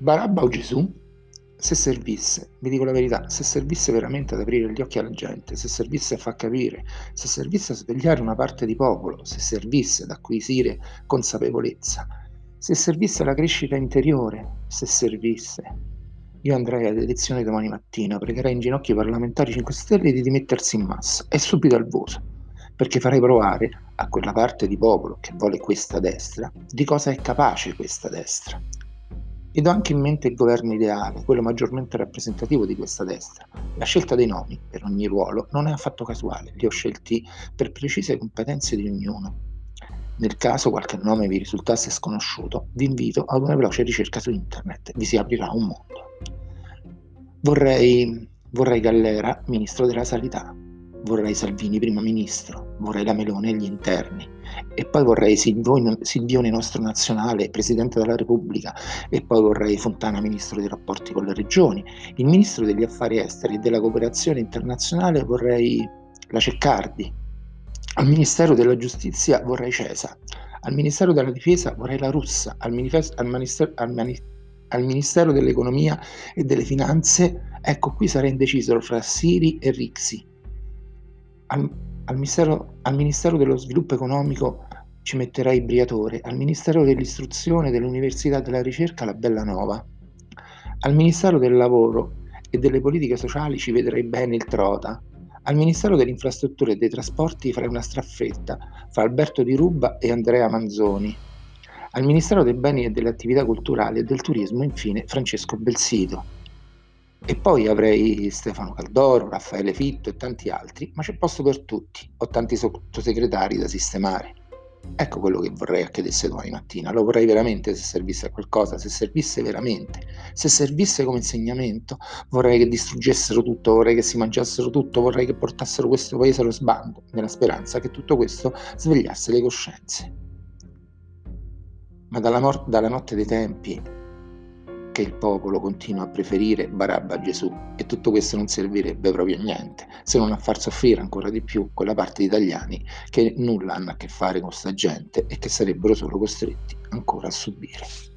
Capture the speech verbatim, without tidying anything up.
Barabba o Gesù? Se servisse, vi dico la verità, se servisse veramente ad aprire gli occhi alla gente, se servisse a far capire, se servisse a svegliare una parte di popolo, se servisse ad acquisire consapevolezza, se servisse alla crescita interiore, se servisse, io andrei alle elezioni domani mattina, pregherei in ginocchio i parlamentari cinque Stelle di dimettersi in massa e subito al voto, perché farei provare a quella parte di popolo che vuole questa destra di cosa è capace questa destra. Ed ho anche in mente il governo ideale, quello maggiormente rappresentativo di questa destra. La scelta dei nomi per ogni ruolo non è affatto casuale, li ho scelti per precise competenze di ognuno. Nel caso qualche nome vi risultasse sconosciuto, vi invito ad una veloce ricerca su internet, vi si aprirà un mondo. Vorrei, vorrei Gallera, ministro della Sanità, vorrei Salvini, primo ministro, vorrei la Meloni agli interni, e poi vorrei Silvione, Silvione nostro nazionale, presidente della Repubblica, e poi vorrei Fontana, ministro dei rapporti con le regioni, il ministro degli affari esteri e della cooperazione internazionale vorrei la Ceccardi, al Ministero della Giustizia vorrei Cesa, al Ministero della Difesa vorrei la Russa, al, manifest- al, minister- al, mani- al Ministero dell'Economia e delle Finanze, ecco qui sarei indeciso fra Siri e Rixi. Al, al, ministero, al Ministero dello Sviluppo Economico ci metterei Briatore, al Ministero dell'Istruzione, dell'Università e della Ricerca la Bellanova, al Ministero del Lavoro e delle Politiche Sociali ci vedrei bene il Trota, al Ministero delle Infrastrutture e dei Trasporti farei una straffetta fra Alberto Di Ruba e Andrea Manzoni, al Ministero dei Beni e delle Attività Culturali e del Turismo infine Francesco Belsito. E poi avrei Stefano Caldoro, Raffaele Fitto e tanti altri, ma c'è posto per tutti, ho tanti sottosegretari da sistemare. Ecco quello che vorrei accadesse domani mattina, lo vorrei veramente se servisse a qualcosa, se servisse veramente, se servisse come insegnamento, vorrei che distruggessero tutto, vorrei che si mangiassero tutto, vorrei che portassero questo paese allo sbando, nella speranza che tutto questo svegliasse le coscienze. Ma dalla, mor- dalla notte dei tempi che il popolo continua a preferire Barabba a Gesù, e tutto questo non servirebbe proprio a niente, se non a far soffrire ancora di più quella parte di italiani che nulla hanno a che fare con sta gente e che sarebbero solo costretti ancora a subire.